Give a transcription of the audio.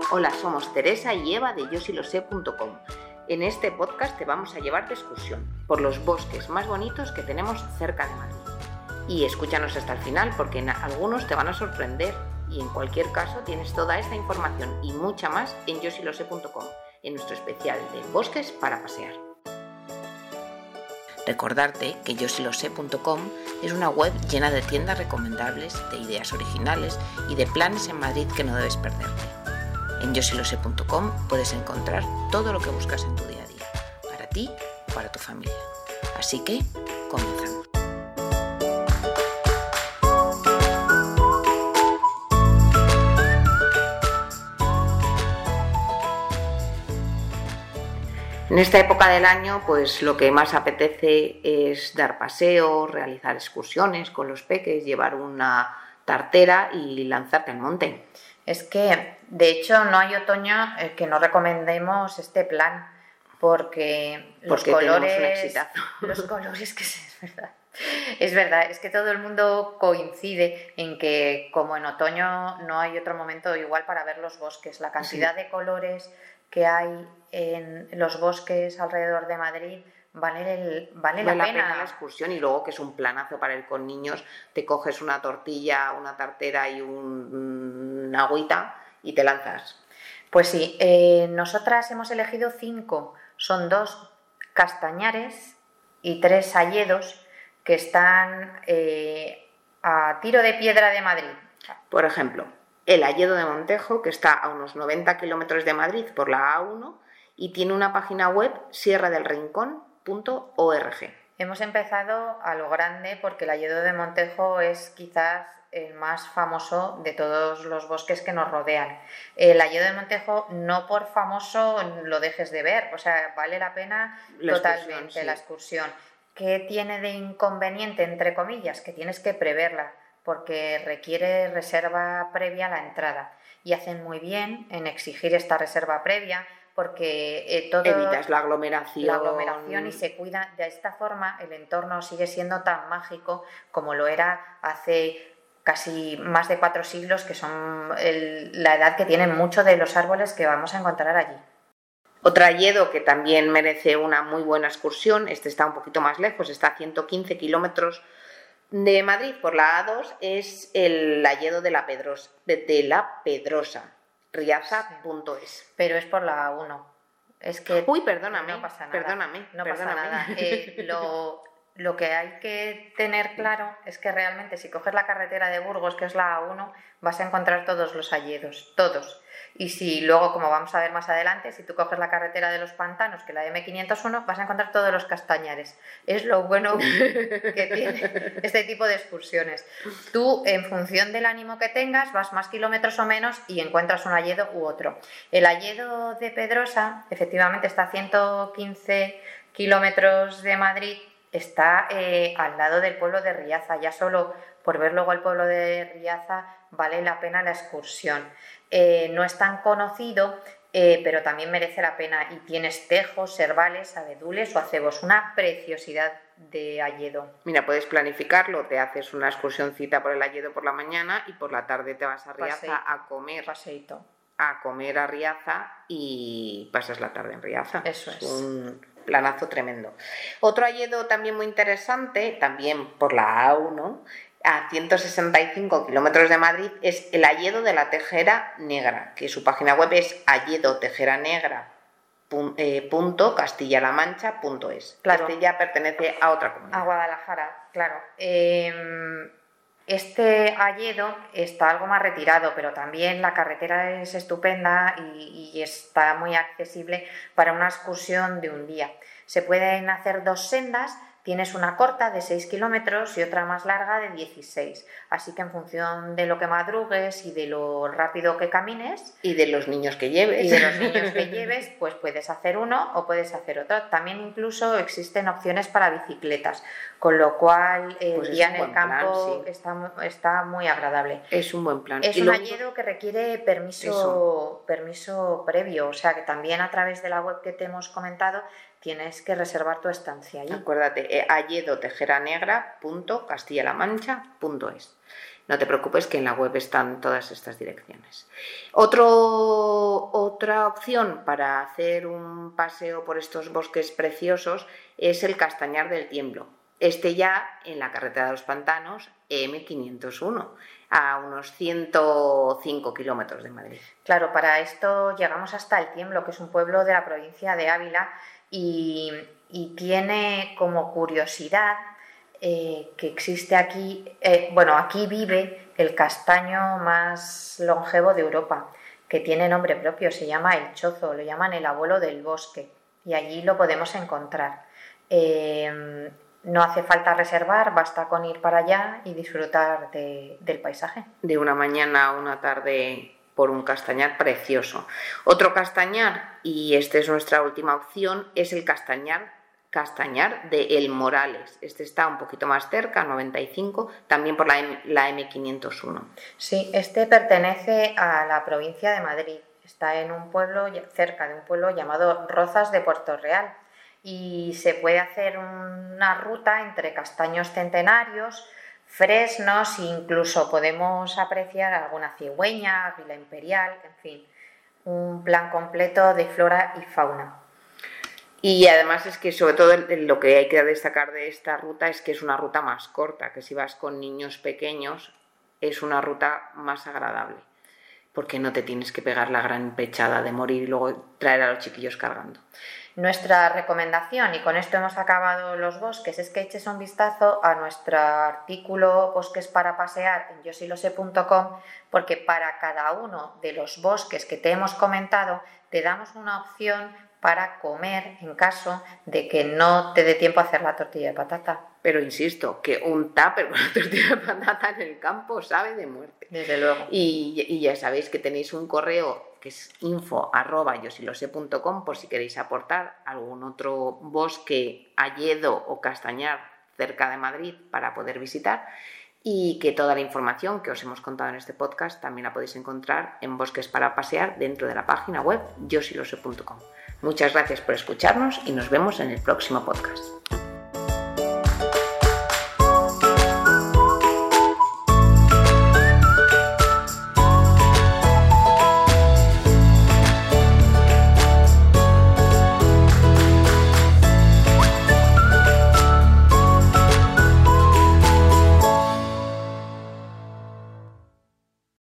Hola, somos Teresa y Eva de yosilosé.com. En este podcast te vamos a llevar de excursión por los bosques más bonitos que tenemos cerca de Madrid. Y escúchanos hasta el final porque en algunos te van a sorprender y en cualquier caso tienes toda esta información y mucha más en yosilosé.com, en nuestro especial de bosques para pasear. Recordarte que yosilosé.com es una web llena de tiendas recomendables, de ideas originales y de planes en Madrid que no debes perderte. En yosilosé.com puedes encontrar todo lo que buscas en tu día a día, para ti o para tu familia. Así que, comenzamos. En esta época del año, pues lo que más apetece es dar paseos, realizar excursiones con los peques, llevar una tartera y lanzarte al monte. Es que, de hecho, no hay otoño que no recomendemos este plan, porque los colores, un exitazo. Los colores que es verdad, es que todo el mundo coincide en que, como en otoño no hay otro momento igual para ver los bosques, la cantidad de colores que hay en los bosques alrededor de Madrid vale la pena la excursión. Y luego que es un planazo para ir con niños, te coges una tortilla, una tartera y una agüita y te lanzas. Pues sí, nosotras hemos elegido 5, son 2 castañares y 3 hayedos que están a tiro de piedra de Madrid. Por ejemplo, el hayedo de Montejo, que está a unos 90 kilómetros de Madrid por la A1 y tiene una página web, sierradelrincón.org. Hemos empezado a lo grande porque el hayedo de Montejo es quizás el más famoso de todos los bosques que nos rodean. El hayedo de Montejo, no por famoso lo dejes de ver, o sea, vale la pena totalmente la excursión. ¿Qué tiene de inconveniente, entre comillas? Que tienes que preverla, porque requiere reserva previa a la entrada. Y hacen muy bien en exigir esta reserva previa, porque evitas la aglomeración y se cuida. De esta forma el entorno sigue siendo tan mágico como lo era hace casi más de 4 siglos, que son la edad que tienen muchos de los árboles que vamos a encontrar allí. Otro hayedo que también merece una muy buena excursión, este está un poquito más lejos, está a 115 kilómetros de Madrid por la A2, es el hayedo de la Pedrosa, riaza.es. Pero es por la A1. Es que perdóname. No pasa nada. Perdóname. Pasa nada. Lo que hay que tener claro es que realmente si coges la carretera de Burgos, que es la A1, vas a encontrar todos los hayedos, todos. Y si luego, como vamos a ver más adelante, si tú coges la carretera de los Pantanos, que es la M501, vas a encontrar todos los castañares. Es lo bueno que tiene este tipo de excursiones. Tú, en función del ánimo que tengas, vas más kilómetros o menos y encuentras un hayedo u otro. El hayedo de Pedrosa, efectivamente, está a 115 kilómetros de Madrid, está al lado del pueblo de Riaza. Ya solo por ver luego el pueblo de Riaza vale la pena la excursión. No es tan conocido, pero también merece la pena, y tienes tejos, servales, abedules o acebos, una preciosidad de hayedo. Mira, puedes planificarlo, te haces una excursioncita por el hayedo por la mañana y por la tarde te vas a Riaza a comer. Paseíto. A comer a Riaza y pasas la tarde en Riaza. Eso es. Un planazo tremendo. Otro hayedo también muy interesante, también por la A1, a 165 kilómetros de Madrid, es el hayedo de la Tejera Negra, que su página web es hayedotejeranegra.castillalamancha.es. Claro. Este ya pertenece a otra comunidad. A Guadalajara, claro. Este hayedo está algo más retirado, pero también la carretera es estupenda y está muy accesible para una excursión de un día. Se pueden hacer 2 sendas. Tienes una corta de 6 kilómetros y otra más larga de 16. Así que en función de lo que madrugues y de lo rápido que camines... Y de los niños que lleves. Pues puedes hacer uno o puedes hacer otro. También incluso existen opciones para bicicletas, con lo cual el día en el campo está muy agradable. Es un buen plan. Es un hayedo que requiere permiso previo, o sea que también a través de la web que te hemos comentado tienes que reservar tu estancia allí. Acuérdate, hayedotejeranegra.castillalamancha.es. No te preocupes que en la web están todas estas direcciones. Otra opción para hacer un paseo por estos bosques preciosos es el Castañar del Tiemblo. Ya en la carretera de los Pantanos, M501, a unos 105 kilómetros de Madrid. Claro, para esto llegamos hasta El Tiemblo, que es un pueblo de la provincia de Ávila y tiene como curiosidad que existe aquí, aquí vive el castaño más longevo de Europa, que tiene nombre propio, se llama el chozo, lo llaman el abuelo del bosque y allí lo podemos encontrar. No hace falta reservar, basta con ir para allá y disfrutar del paisaje. De una mañana a una tarde por un castañar precioso. Otro castañar, y esta es nuestra última opción, es el Castañar de El Morales. Este está un poquito más cerca, 95, también por la M501. Sí, este pertenece a la provincia de Madrid. Está en un pueblo, cerca de un pueblo llamado Rozas de Puerto Real. Y se puede hacer una ruta entre castaños centenarios, fresnos, e incluso podemos apreciar alguna cigüeña, águila imperial, en fin, un plan completo de flora y fauna. Y además es que sobre todo lo que hay que destacar de esta ruta es que es una ruta más corta, que si vas con niños pequeños es una ruta más agradable, porque no te tienes que pegar la gran pechada de morir y luego traer a los chiquillos cargando. Nuestra recomendación, y con esto hemos acabado los bosques, es que eches un vistazo a nuestro artículo Bosques para pasear en yosilose.com, porque para cada uno de los bosques que te hemos comentado te damos una opción para comer en caso de que no te dé tiempo a hacer la tortilla de patata. Pero insisto, que un tupper con la tortilla de patata en el campo sabe de muerte. Desde luego. Y ya sabéis que tenéis un correo que es info@yosilose.com por si queréis aportar algún otro bosque, hayedo o castañar cerca de Madrid para poder visitar, y que toda la información que os hemos contado en este podcast también la podéis encontrar en Bosques para Pasear dentro de la página web yosilose.com. Muchas gracias por escucharnos y nos vemos en el próximo podcast.